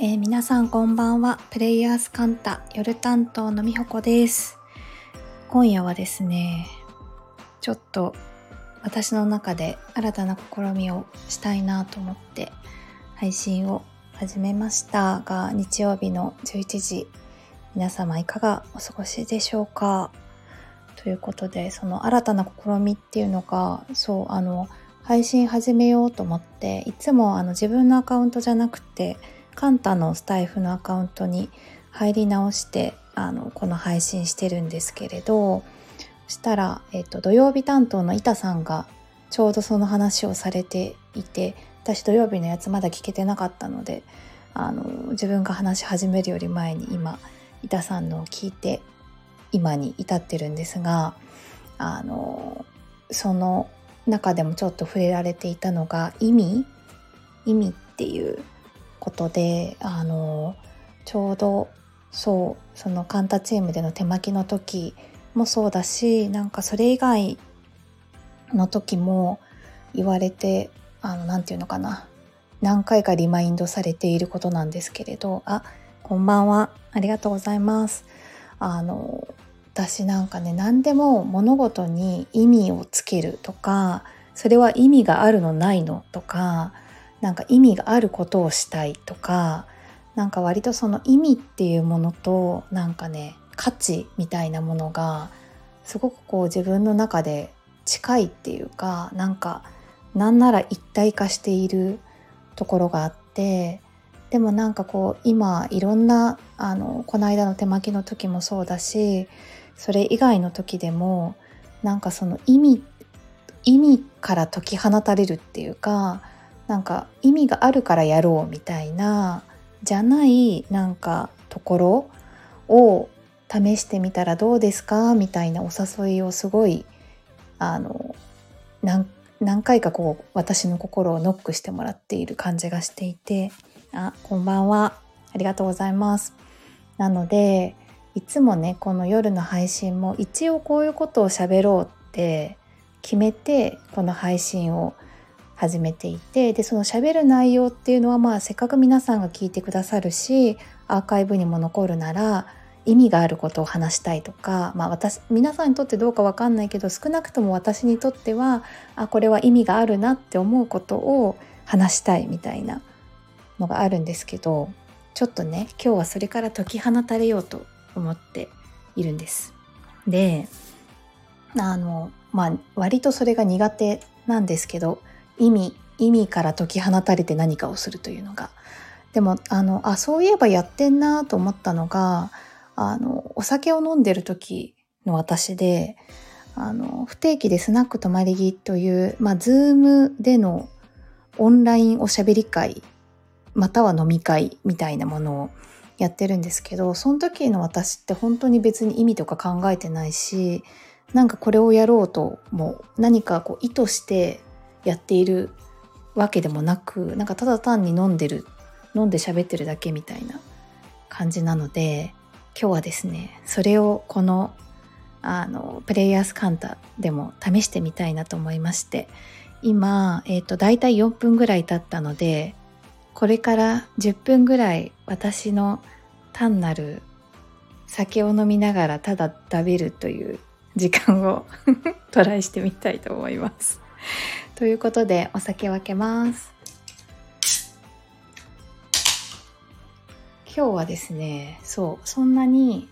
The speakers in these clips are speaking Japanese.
皆さんこんばんは。プレイヤースカンタ夜担当のみほこです。今夜はですね、ちょっと私の中で新たな試みをしたいなと思って配信を始めましたが、日曜日の11時、皆様いかがお過ごしでしょうか。ということで、その新たな試みっていうのが、配信始めようと思って、いつも自分のアカウントじゃなくてカンタのスタイフのアカウントに入り直してこの配信してるんですけれど、そしたら、土曜日担当の板さんがちょうどその話をされていて、私土曜日のやつまだ聞けてなかったので、自分が話し始めるより前に今板さんのを聞いて今に至ってるんですが、その中でもちょっと触れられていたのが意味っていうことで、ちょうどそのカンタチームでの手巻きの時もそうだし、なんかそれ以外の時も言われて、なんていうのかな、何回かリマインドされていることなんですけれど、こんばんは、ありがとうございます。私なんかね、何でも物事に意味をつけるとか、それは意味があるのないのとか、なんか意味があることをしたいとか、なんか割とその意味っていうものとなんかね、価値みたいなものがすごくこう自分の中で近いっていうか、なんなら一体化しているところがあって、でもなんかこう今いろんなこの間の手巻きの時もそうだし、それ以外の時でもなんかその意味から解き放たれるっていうか、なんか意味があるからやろうみたいなじゃないなんかところを試してみたらどうですかみたいなお誘いをすごい何回かこう私の心をノックしてもらっている感じがしていて、こんばんは、ありがとうございます。なのでいつもね、この夜の配信も一応こういうことを喋ろうって決めてこの配信を始めていて、でその喋る内容っていうのはせっかく皆さんが聞いてくださるし、アーカイブにも残るなら意味があることを話したいとか、皆さんにとってどうか分かんないけど、少なくとも私にとってはこれは意味があるなって思うことを話したいみたいなのがあるんですけど、ちょっとね、今日はそれから解き放たれようと思っているんです。で、割とそれが苦手なんですけど、意味から解き放たれて何かをするというのが、でもそういえばやってんなと思ったのが、お酒を飲んでる時の私で、不定期でスナック泊まり木という、ズームでのオンラインおしゃべり会または飲み会みたいなものをやってるんですけど、その時の私って本当に別に意味とか考えてないし、なんかこれをやろうとも何かこう意図してやっているわけでもなく、なんかただ単に飲んで喋ってるだけみたいな感じなので、今日はですね、それをこのプレイヤースカンタでも試してみたいなと思いまして、今だいたい4分ぐらい経ったので、これから10分ぐらい私の単なる酒を飲みながらただ食べるという時間をトライしてみたいと思います。ということでお酒を開けます。今日はですね、そんなに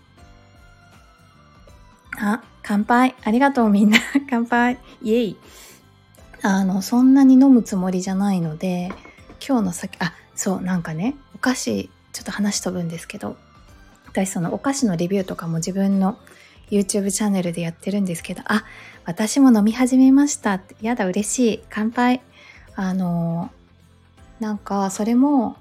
乾杯、ありがとうみんな乾杯イエイ。そんなに飲むつもりじゃないので、今日の酒、なんかね、お菓子ちょっと話飛ぶんですけど、私そのお菓子のレビューとかも自分の YouTube チャンネルでやってるんですけど、私も飲み始めましたって、やだ嬉しい、乾杯。なんかそれも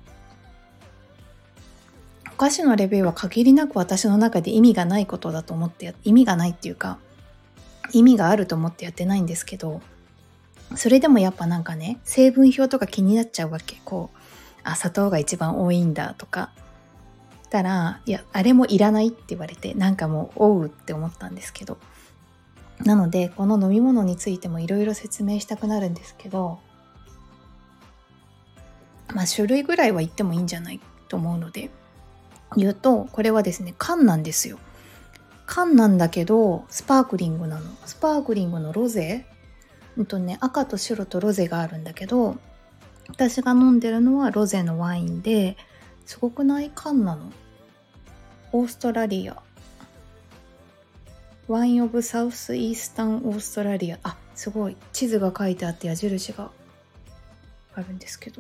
お菓子のレビューは限りなく私の中で意味がないことだと思って、意味がないっていうか意味があると思ってやってないんですけど、それでもやっぱなんかね、成分表とか気になっちゃうわけ。こう砂糖が一番多いんだとかたら、いやあれもいらないって言われて、なんかもうおうって思ったんですけど、なのでこの飲み物についてもいろいろ説明したくなるんですけど、種類ぐらいは言ってもいいんじゃないと思うので言うと、これはですね、缶なんですよ。缶なんだけどスパークリングなの。スパークリングのロゼ、赤と白とロゼがあるんだけど、私が飲んでるのはロゼのワインで、すごくない缶なの。オーストラリアワインオブサウスイースタンオーストラリア、あ、すごい地図が書いてあって矢印があるんですけど、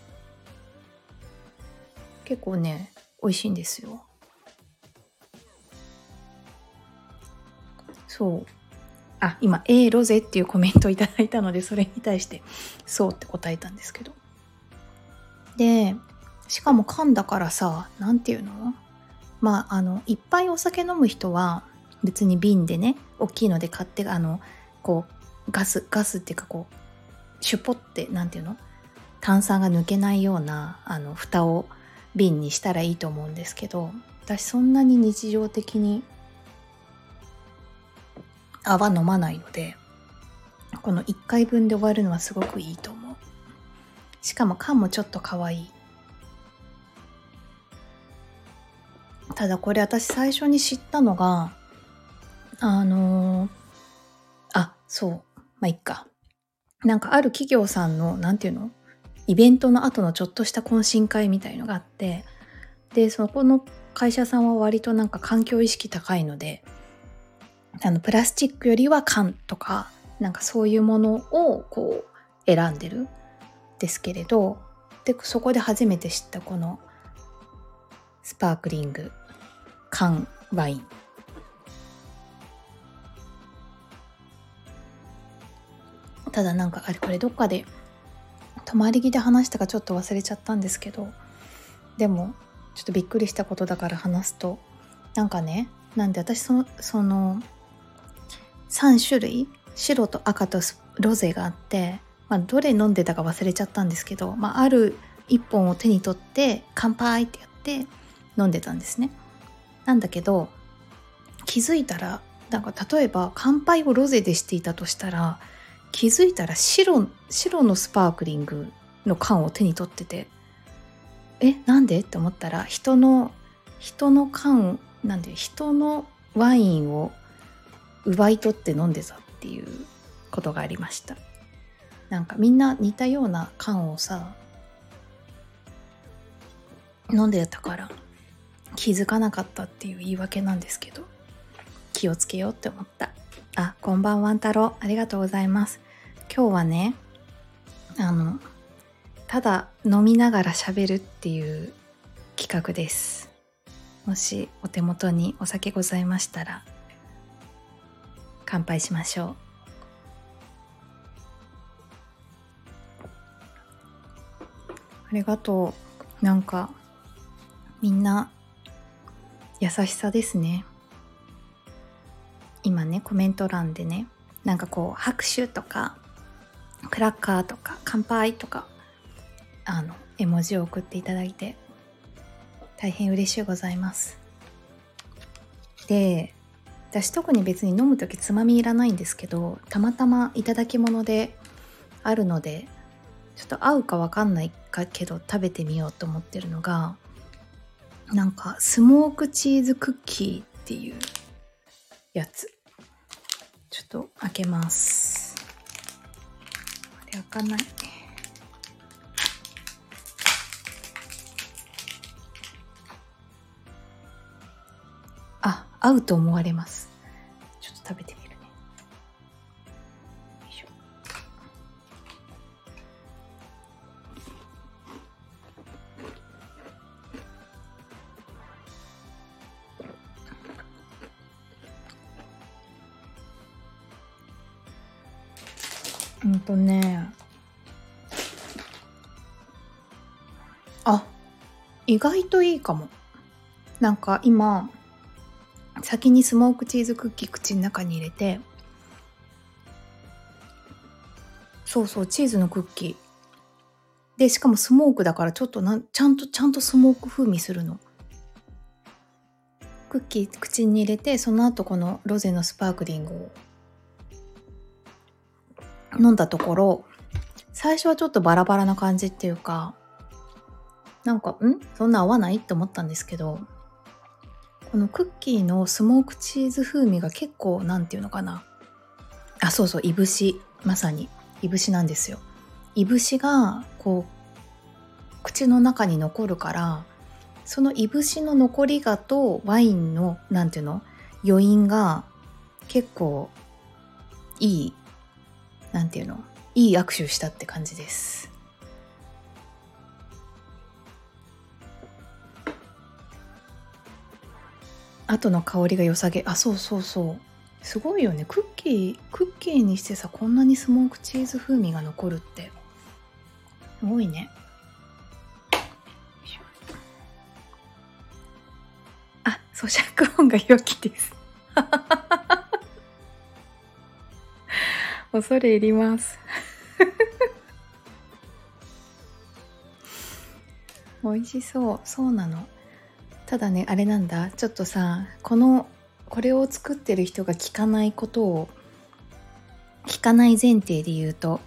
結構ね美味しいんですよ。そう、あ、今 A ロゼっていうコメントをいただいたので、それに対してそうって答えたんですけど、でしかも缶だからさ、なんていうの、いっぱいお酒飲む人は別に瓶でね、大きいので買って、こうガスっていうか、こうシュポってなんていうの、炭酸が抜けないような蓋を瓶にしたらいいと思うんですけど、私そんなに日常的に泡飲まないので、この1回分で終わるのはすごくいいと思う。しかも缶もちょっと可愛い。ただこれ私最初に知ったのがそう、いっか。なんかある企業さんのなんていうの、イベントの後のちょっとした懇親会みたいのがあって、でそこの会社さんは割となんか環境意識高いので、プラスチックよりは缶とかなんかそういうものをこう選んでるんですけれど、でそこで初めて知ったこのスパークリング缶ワイン、ただなんかこれどっかで泊まり木で話したかちょっと忘れちゃったんですけど、でもちょっとびっくりしたことだから話すと、なんかね、なんで私その3種類、白と赤とロゼがあって、どれ飲んでたか忘れちゃったんですけど、ある1本を手に取って乾杯ってやって飲んでたんですね。なんだけど気づいたら、なんか例えば乾杯をロゼでしていたとしたら、気づいたら白のスパークリングの缶を手に取ってて、なんでって思ったら、人の缶なんで、人のワインを奪い取って飲んでたっていうことがありました。なんかみんな似たような缶をさ飲んでたから気づかなかったっていう言い訳なんですけど、気をつけようって思った。あ、こんばんはん太郎、ありがとうございます。今日はね、ただ飲みながら喋るっていう企画です。もしお手元にお酒ございましたら乾杯しましょう。ありがとう。なんかみんな優しさですね。今ね、コメント欄でね、なんかこう拍手とかクラッカーとか乾杯とか絵文字を送っていただいて大変嬉しいございます。で、私特に別に飲むときつまみいらないんですけど、たまたまいただき物であるので、ちょっと合うかわかんないかけど食べてみようと思ってるのが、なんかスモークチーズクッキーっていうやつ。ちょっと開けます。あれ開かない。合うと思われます。ちょっと食べてみるね。よいしょ。意外といいかも。なんか今先にスモークチーズクッキー口の中に入れて、そうそう、チーズのクッキーで、しかもスモークだからちょっとちゃんとスモーク風味するの。クッキー口に入れて、その後このロゼのスパークリングを飲んだところ、最初はちょっとバラバラな感じっていうか、 なんかそんな合わないって思ったんですけど、このクッキーのスモークチーズ風味が結構なんていうのかな、そうそう、いぶし、まさにいぶしなんですよ。いぶしがこう口の中に残るから、そのいぶしの残りがとワインのなんていうの余韻が結構いい、なんていうの、いい握手したって感じです。後の香りが良さげ。そうそうそう、すごいよね。クッキーにしてさ、こんなにスモークチーズ風味が残るってすごいね。咀嚼音が良きです恐れ入ります美味しそう。そうなの。ただね、あれなんだ、ちょっとさ、これを作ってる人が聞かないことを聞かない前提で言うと、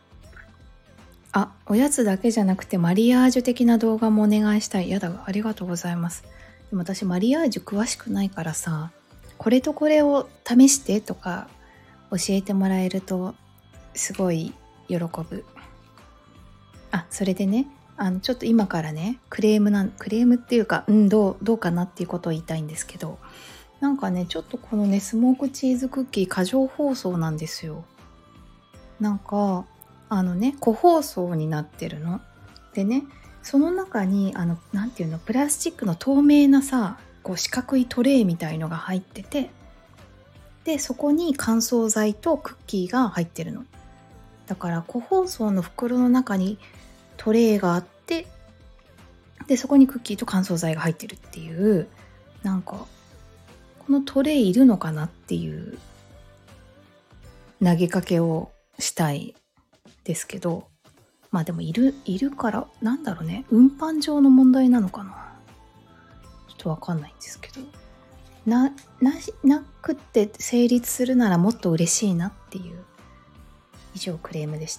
おやつだけじゃなくてマリアージュ的な動画もお願いしたい。やだ、ありがとうございます。でも私マリアージュ詳しくないからさ、これとこれを試してとか教えてもらえるとすごい喜ぶ。それでね、ちょっと今からね、クレームっていうか、どうかなっていうことを言いたいんですけど、なんかね、ちょっとこのね、スモークチーズクッキー過剰包装なんですよ。なんか個包装になってるのでね、その中になんていうの、プラスチックの透明なさ、こう四角いトレイみたいのが入ってて、でそこに乾燥剤とクッキーが入ってるの。だから個包装の袋の中にトレイがあって、でそこにクッキーと乾燥剤が入ってるっていう、なんかこのトレイいるのかなっていう投げかけをしたいですけど、でもいるからなんだろうね、運搬上の問題なのかな、ちょっとわかんないんですけど、なくって成立するならもっと嬉しいなっていう、以上クレームでした。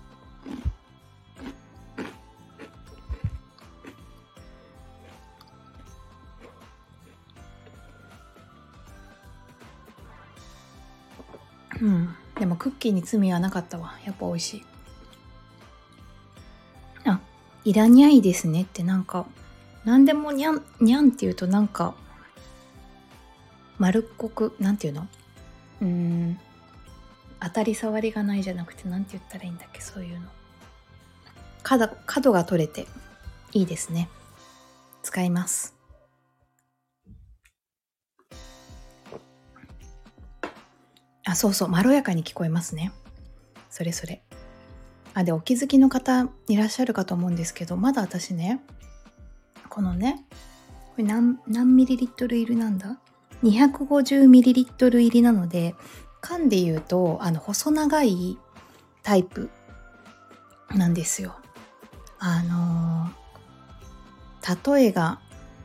でもクッキーに罪はなかったわ。やっぱ美味しい。いらにゃいですねって、なんか何でもにゃんって言うとなんか丸っこく、なんていうの、当たり障りがないじゃなくて、なんて言ったらいいんだっけ、そういうの、角が取れていいですね。使います。そうそう、まろやかに聞こえますね。それでお気づきの方いらっしゃるかと思うんですけど、まだ私ね、このね、これ何ミリリットル入りなんだ、250ミリリットル入りなので、缶で言うと細長いタイプなんですよ。例えが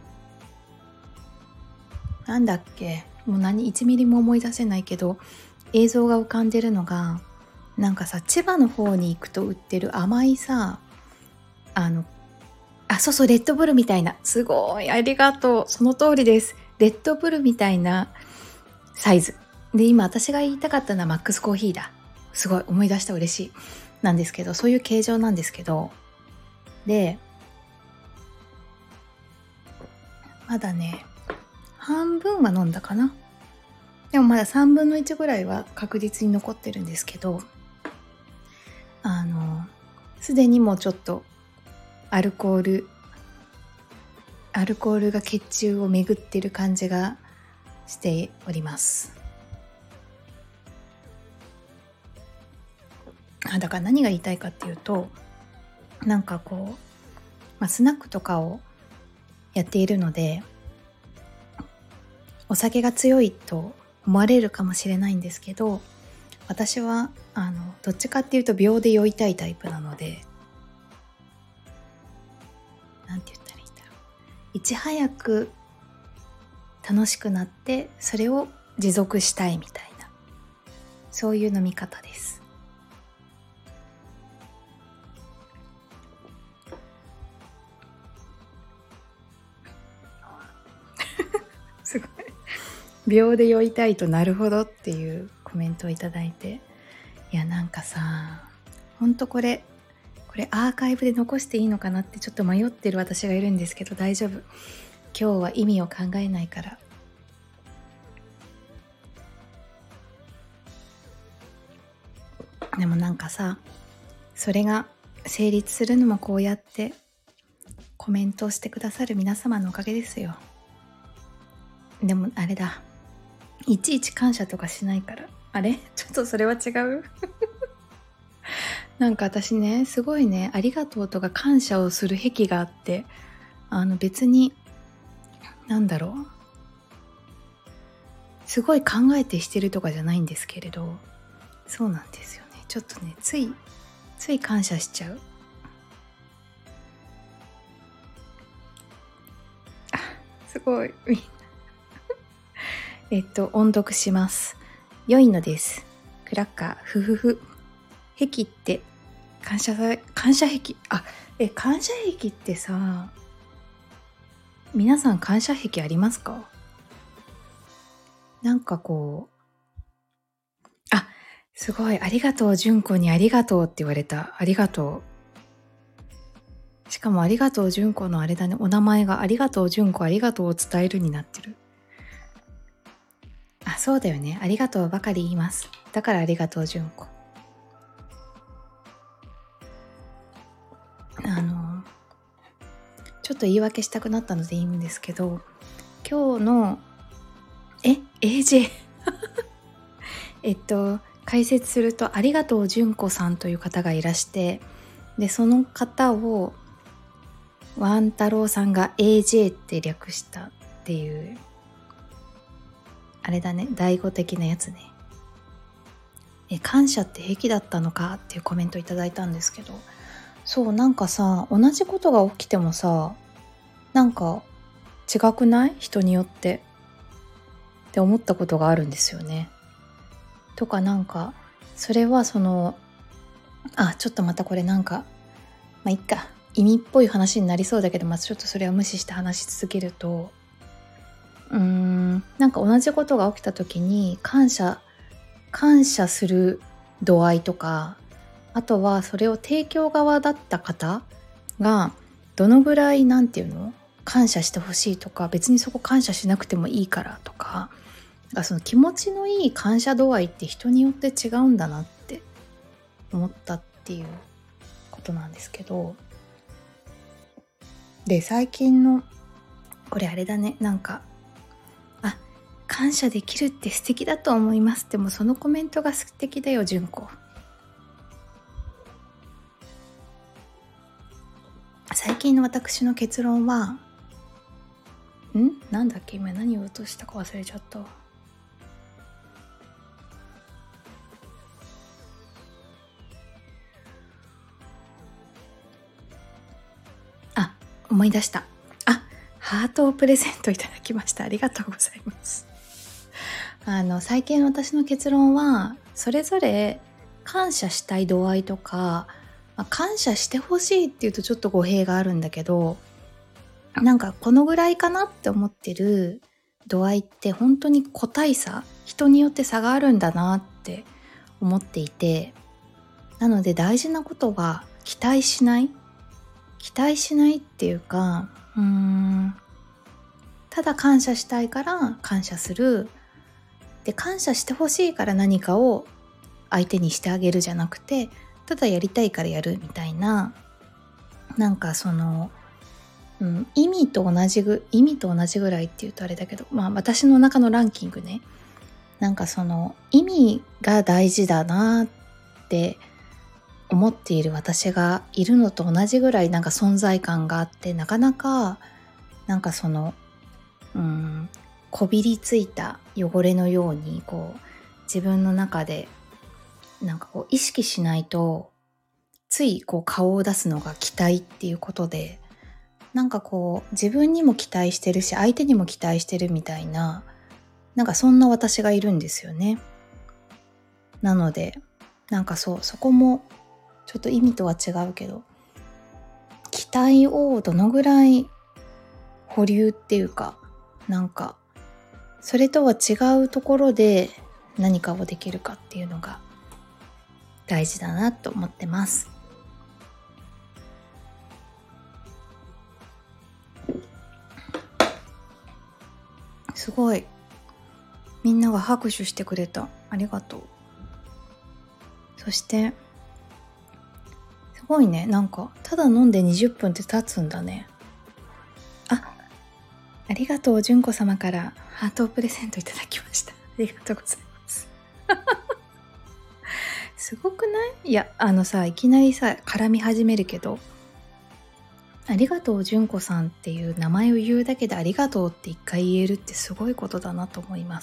なんだっけ、もう1ミリも思い出せないけど、映像が浮かんでるのが、なんかさ、千葉の方に行くと売ってる甘いさ、そうそう、レッドブルみたいな、すごい、ありがとう、その通りです。レッドブルみたいなサイズで、今私が言いたかったのはマックスコーヒーだ。すごい思い出した、嬉しい。なんですけど、そういう形状なんですけど、でまだね、半分は飲んだかな。でもまだ3分の1ぐらいは確実に残ってるんですけど、すでにもうちょっとアルコールが血中を巡ってる感じがしております。だから何が言いたいかっていうと、なんかこう、スナックとかをやっているので、お酒が強いと思われるかもしれないんですけど、私はどっちかっていうと秒で酔いたいタイプなので、なんて言ったらいいんだろう、いち早く楽しくなってそれを持続したいみたいな、そういう飲み方です。 すごい秒で酔いたいとなるほどっていうコメントをいただいて、いやなんかさ、ほんとこれアーカイブで残していいのかなってちょっと迷ってる私がいるんですけど、大丈夫。今日は意味を考えないから。でもなんかさ、それが成立するのもこうやってコメントをしてくださる皆様のおかげですよ。でもあれだ、いちいち感謝とかしないから。あれちょっとそれは違うなんか私ね、すごいね、ありがとうとか感謝をする癖があって、別になんだろう、すごい考えてしてるとかじゃないんですけれど、そうなんですよね。ちょっとね、つい感謝しちゃう。すごい音読します。良いのです。クラッカー、ふふふ。癖って感謝癖。感謝癖ってさ、皆さん感謝癖ありますか？なんかこう、すごい、ありがとう、純子にありがとうって言われた。ありがとう。しかもありがとう、純子のあれだね、お名前がありがとう、純子、ありがとうを伝えるになってる。そうだよね。ありがとうばかり言います。だからありがとう、純子。ちょっと言い訳したくなったのでいいんですけど、今日のAJ 解説すると、ありがとう純子さんという方がいらして、でその方をワン太郎さんが AJ って略したっていう、あれだね、第語的なやつね。感謝って癖だったのかっていうコメントいただいたんですけど、そうなんかさ、同じことが起きてもさ、なんか違くない？人によってって思ったことがあるんですよね。とかなんかそれはそのちょっとまたこれなんかいっか、意味っぽい話になりそうだけど、ちょっとそれは無視して話し続けると、なんか同じことが起きた時に感謝する度合いとか、あとはそれを提供側だった方がどのぐらいなんていうの、感謝してほしいとか、別にそこ感謝しなくてもいいからとか、その気持ちのいい感謝度合いって人によって違うんだなって思ったっていうことなんですけど、で最近のこれあれだね、なんか感謝できるって素敵だと思います。でもそのコメントが素敵だよ、純子。最近の私の結論は、なんだっけ、今何を落としたか忘れちゃった。思い出した。ハートをプレゼントいただきました。ありがとうございます。最近私の結論は、それぞれ感謝したい度合いとか、感謝してほしいっていうとちょっと語弊があるんだけど、なんかこのぐらいかなって思ってる度合いって本当に個体差、人によって差があるんだなって思っていて、なので大事なことは期待しないっていうか、ただ感謝したいから感謝する。で、感謝してほしいから何かを相手にしてあげるじゃなくて、ただやりたいからやるみたいな、なんかその、意味と同じぐらいっていうとあれだけど、私の中のランキングね、なんかその意味が大事だなって思っている私がいるのと同じぐらいなんか存在感があって、なかなかなんかそのこびりついた汚れのようにこう自分の中でなんかこう意識しないと、ついこう顔を出すのが期待っていうことで、なんかこう自分にも期待してるし相手にも期待してるみたいな、なんかそんな私がいるんですよね。なのでなんかそこもちょっと意味とは違うけど、期待をどのぐらい保留っていうか、なんかそれとは違うところで何かをできるかっていうのが大事だなと思ってます。すごい、みんなが拍手してくれた。ありがとう。そしてすごいね、なんかただ飲んで20分って経つんだね。ありがとう、純子様からハートをプレゼントいただきました。ありがとうございますすごくない？いや、いきなりさ絡み始めるけど、ありがとう純子さんっていう名前を言うだけでありがとうって一回言えるってすごいことだなと思います。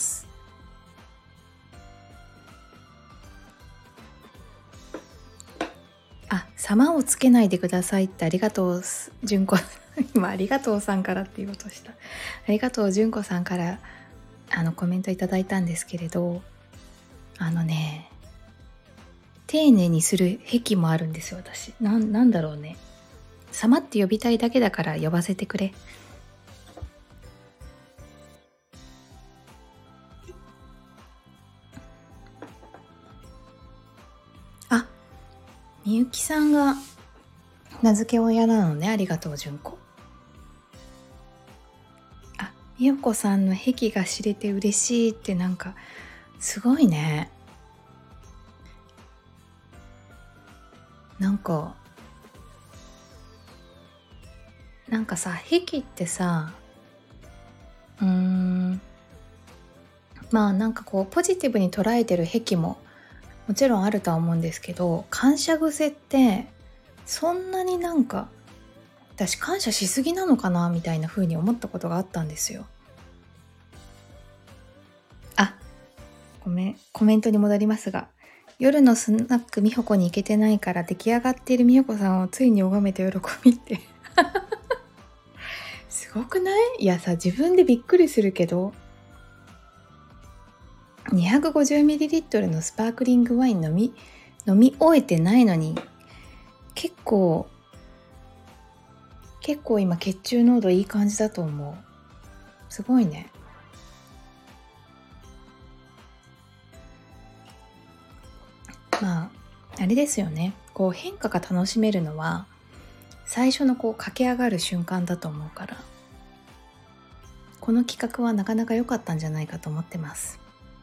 様をつけないでくださいってありがとう純子今ありがとうさんからって言おうとした。ありがとう純子さんからコメントいただいたんですけれど、丁寧にする癖もあるんですよ。私なんだろうね、様って呼びたいだけだから呼ばせてくれ。みゆきさんが名付け親なのね。ありがとう純子。みよこさんの癖が知れて嬉しいって、なんかすごいね。なんかさ、癖ってさ、まあなんかこうポジティブに捉えてる癖ももちろんあるとは思うんですけど、感謝癖ってそんなになんか私感謝しすぎなのかなみたいな風に思ったことがあったんですよ。コメントに戻りますが、夜のスナックみほこに行けてないから出来上がっているみほこさんをついに拝めて喜びってすごくない？いやさ、自分でびっくりするけど、250ml のスパークリングワイン飲み終えてないのに結構今血中濃度いい感じだと思う。すごいね。まああれですよね、こう変化が楽しめるのは最初のこう駆け上がる瞬間だと思うから、この企画はなかなか良かったんじゃないかと思ってます。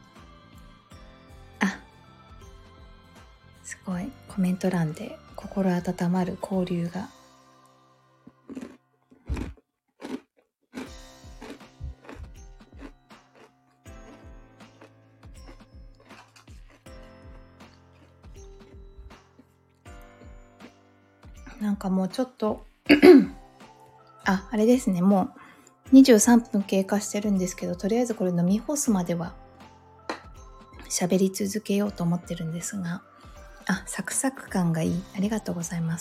すごいコメント欄で心温まる交流が。なんかもうちょっとあれですね、もう23分経過してるんですけど、とりあえずこれ飲み干すまでは喋り続けようと思ってるんですが、サクサク感がいい。ありがとうございます。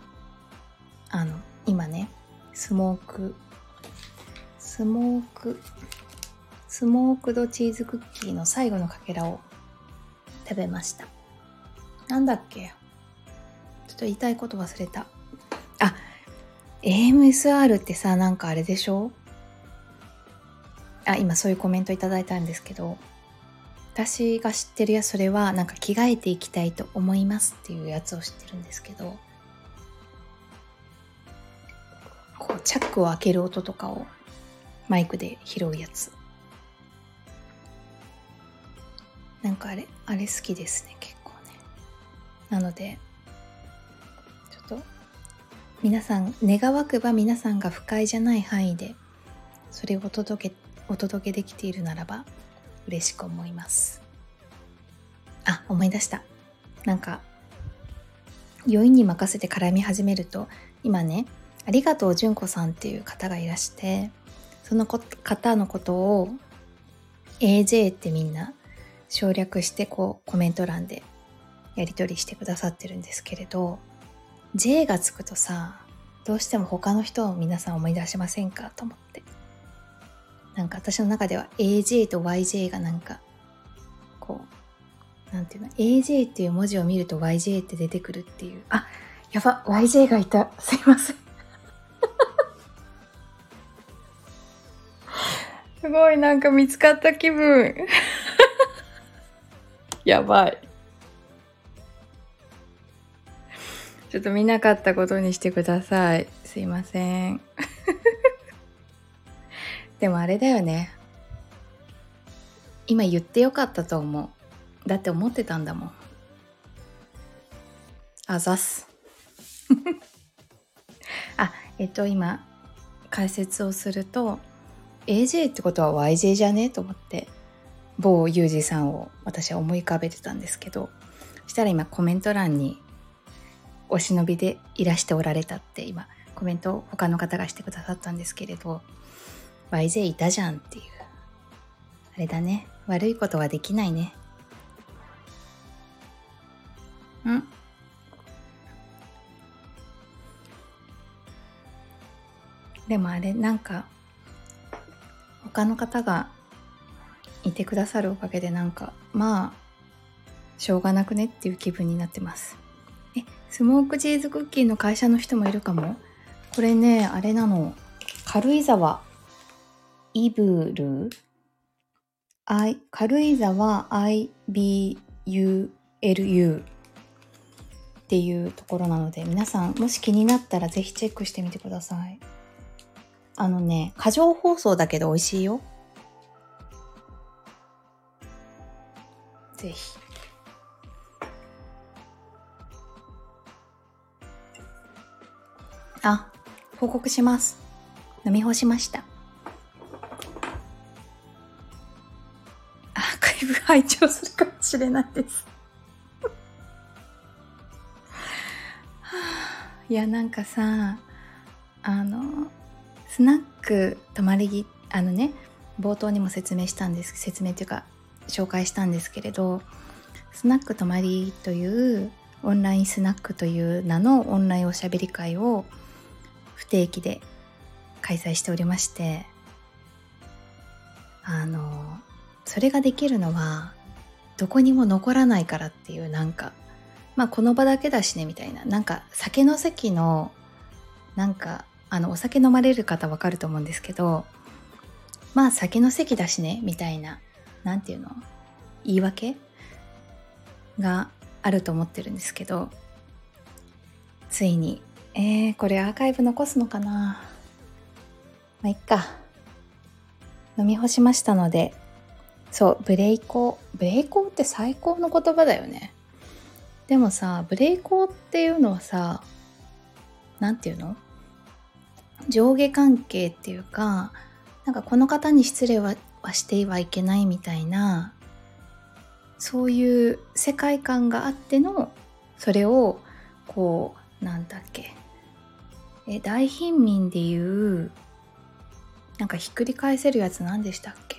今ね、スモークドチーズクッキーの最後のかけらを食べました。なんだっけ、ちょっと言いたいこと忘れた。AMSR ってさ、なんかあれでしょ？今そういうコメントいただいたんですけど、私が知ってるやつ、それはなんか着替えていきたいと思いますっていうやつを知ってるんですけど、こうチャックを開ける音とかをマイクで拾うやつ、なんかあれ好きですね、結構ね。なのでちょっと皆さん、願わくば皆さんが不快じゃない範囲でそれをお届けできているならば嬉しく思います。思い出した。なんか余韻に任せて絡み始めると、今ね、ありがとう純子さんっていう方がいらして、その方のことを AJ ってみんな省略してこうコメント欄でやり取りしてくださってるんですけれど、 J がつくとさ、どうしても他の人を皆さん思い出しませんかと思って、なんか私の中では AJ と YJ がなんかこう、なんていうの、 AJ っていう文字を見ると YJ って出てくるっていう。やば、YJ がいた、すいませんすごいなんか見つかった気分。やばい。ちょっと見なかったことにしてください。すいません。でもあれだよね。今言ってよかったと思う。だって思ってたんだもん。あざす。今解説をすると AJ ってことは YJ じゃねと思って某ユージさんを私は思い浮かべてたんですけど、そしたら今コメント欄にお忍びでいらしておられたって今コメントを他の方がしてくださったんですけれど、 YJ いたじゃんっていう、あれだね、悪いことはできないね。でもあれなんか他の方がいてくださるおかげでなんかまあしょうがなくねっていう気分になってます。スモークチーズクッキーの会社の人もいるかも。これねあれなの、軽井沢イブル軽井沢 IBULU っていうところなので、皆さんもし気になったらぜひチェックしてみてください。過剰包装だけど美味しいよ。ぜひ。報告します。飲み干しました。アーカイブ拝聴するかもしれないですいやなんかさ、スナック泊まりぎ冒頭にも説明っていうか紹介したんですけれど、スナック泊まりというオンラインスナックという名のオンラインおしゃべり会を不定期で開催しておりまして、それができるのはどこにも残らないからっていう、なんかこの場だけだしねみたいな、なんか酒の席のお酒飲まれる方わかると思うんですけど、酒の席だしねみたいな、なんていうの、言い訳があると思ってるんですけど、ついにこれアーカイブ残すのかな、いっか、飲み干しましたので。そう、ブレイコーって最高の言葉だよね。でもさ、ブレイコーっていうのはさ、なんていうの、上下関係っていうか、なんかこの方に失礼はしてはいけないみたいな、そういう世界観があっての、それをこうなんだっけ、大貧民でいうなんかひっくり返せるやつ何でしたっけ、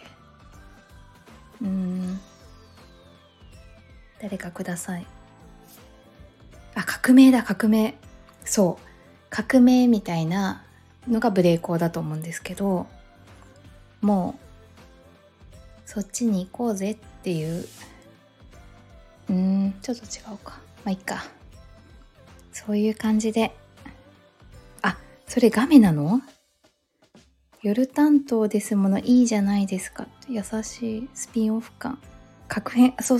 誰かください。革命だ、革命。そう、革命みたいなのがブレイコーだと思うんですけど、もうそっちに行こうぜっていう、ちょっと違うか、いっか、そういう感じで。それガメなの？夜担当ですもの、いいじゃないですか。優しいスピンオフ感、確変、そう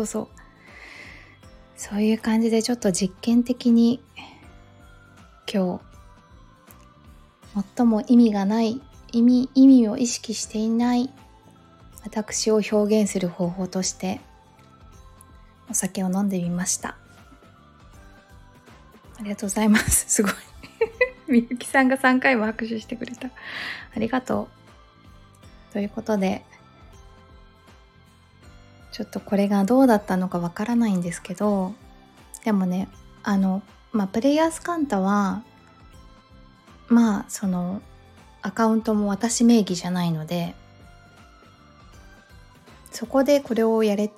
いう感じで、ちょっと実験的に今日最も意味がない意味を意識していない私を表現する方法としてお酒を飲んでみました。ありがとうございます。すごいみゆきさんが3回も拍手してくれた。ありがとう。ということで、ちょっとこれがどうだったのかわからないんですけど、でもね、プレイヤースカンタはそのアカウントも私名義じゃないので、そこでこれをやれ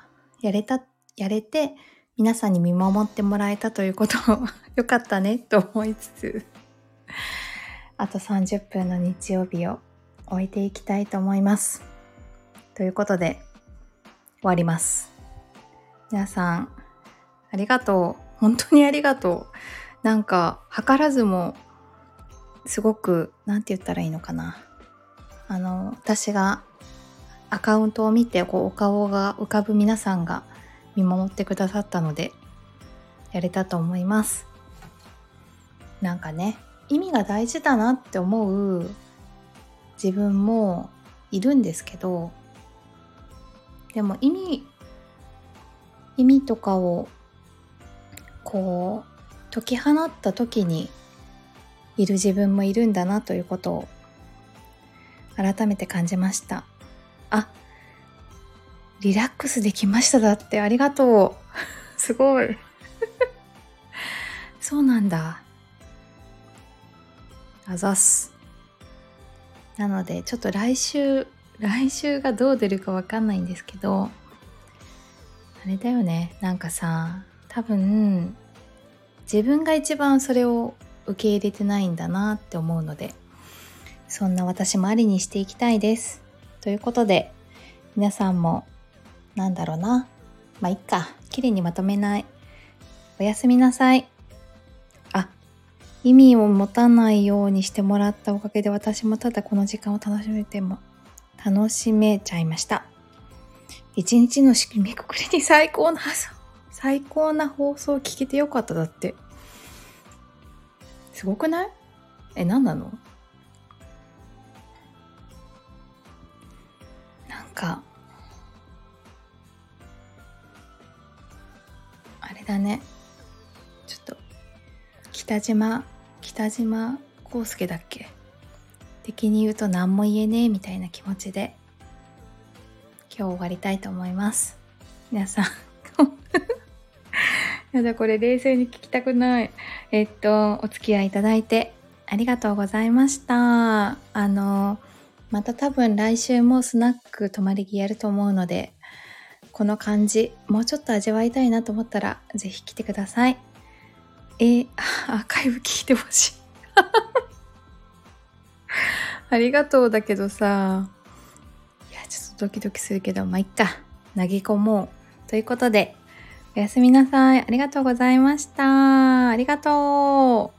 て皆さんに見守ってもらえたということをよかったねと思いつつ、あと30分の日曜日を終えていきたいと思います。ということで終わります。皆さんありがとう、本当にありがとう。なんか図らずもすごく、なんて言ったらいいのかな、 私がアカウントを見てお顔が浮かぶ皆さんが見守ってくださったのでやれたと思います。なんかね、意味が大事だなって思う自分もいるんですけど、でも意味とかを解き放った時にいる自分もいるんだなということを改めて感じました。リラックスできましただって、ありがとう。すごい。そうなんだ。あざっす。なのでちょっと来週がどう出るかわかんないんですけど、あれだよね、なんかさ、多分自分が一番それを受け入れてないんだなって思うので、そんな私もありにしていきたいです。ということで、皆さんもまあいっか、綺麗にまとめない。おやすみなさい。意味を持たないようにしてもらったおかげで、私もただこの時間を楽しめちゃいました。一日の締めくくりに最高な放送聞けてよかった。だってすごくない？何なの？なんかあれだね、ちょっと北島康介だっけ的に言うと何も言えねえみたいな気持ちで今日終わりたいと思います。皆さんやだ、これ冷静に聞きたくない。お付き合いいただいてありがとうございました。また多分来週もスナック泊まり木やると思うので、この感じもうちょっと味わいたいなと思ったらぜひ来てください。アーカイブ聞いてほしいありがとうだけどさ、いやちょっとドキドキするけど、まあいっか、投げ込もうということで、おやすみなさい。ありがとうございました。ありがとう。